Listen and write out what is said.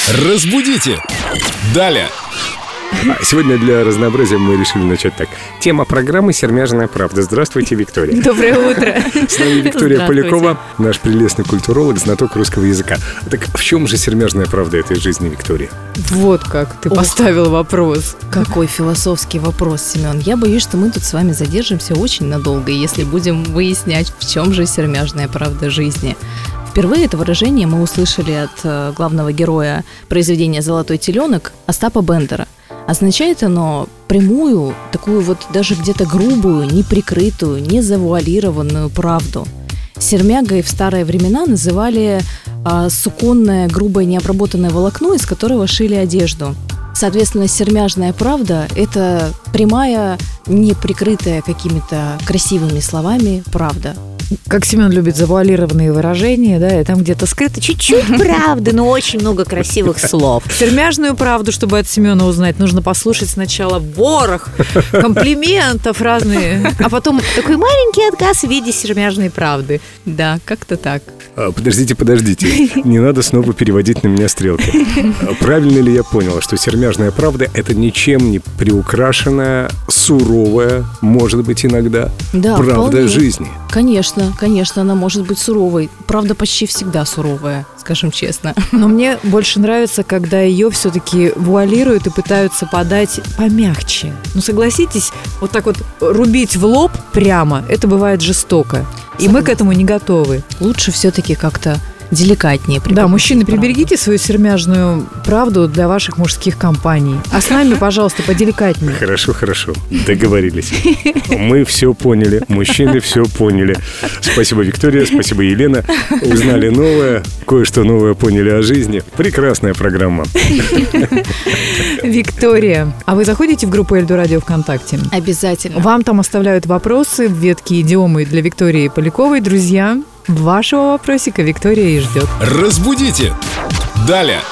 Разбудите! Далее! Сегодня для разнообразия мы решили начать так. Тема программы «Сермяжная правда». Здравствуйте, Виктория. Доброе утро. С нами Виктория Полякова, наш прелестный культуролог, знаток русского языка. Так в чем же сермяжная правда этой жизни, Виктория? Вот как ты поставил вопрос. Какой философский вопрос, Семен. Я боюсь, что мы тут с вами задержимся очень надолго, если будем выяснять, в чем же сермяжная правда жизни. Впервые это выражение мы услышали от главного героя произведения «Золотой теленок» Остапа Бендера. Означает оно прямую, такую вот даже где-то грубую, неприкрытую, незавуалированную правду. Сермягой в старые времена называли суконное, грубое, необработанное волокно, из которого шили одежду. Соответственно, сермяжная правда – это прямая, неприкрытая какими-то красивыми словами правда. Как Семен любит завуалированные выражения, да, и там где-то скрыто чуть-чуть правды, но очень много красивых слов. Сермяжную правду, чтобы от Семена узнать, нужно послушать сначала ворох комплиментов разные, а потом такой маленький отказ в виде сермяжной правды. Да, как-то так. Подождите. Не надо снова переводить на меня стрелки. Правильно ли я понял, что сермяжная правда – это ничем не приукрашенная, суровая, может быть, иногда, Да, правда вполне. жизни? Конечно, она может быть суровой. Правда, почти всегда суровая, скажем честно. Но мне больше нравится, когда ее все-таки вуалируют и пытаются подать помягче. Ну, согласитесь, вот так вот рубить в лоб прямо, это бывает жестоко. И мы к этому не готовы. Лучше все-таки как-то деликатнее. Да, мужчины, приберегите свою сермяжную правду для ваших мужских компаний. А с нами, пожалуйста, поделикатнее. Хорошо, договорились. Мы все поняли, мужчины все поняли. Спасибо, Виктория, спасибо, Елена. Узнали новое, кое-что новое поняли о жизни. Прекрасная программа. Виктория, а вы заходите в группу Эльдо Радио ВКонтакте? Обязательно. Вам там оставляют вопросы в ветке идиомы для Виктории Поляковой. Друзья, вашего вопросика Виктория и ждет. Разбудите! Далее!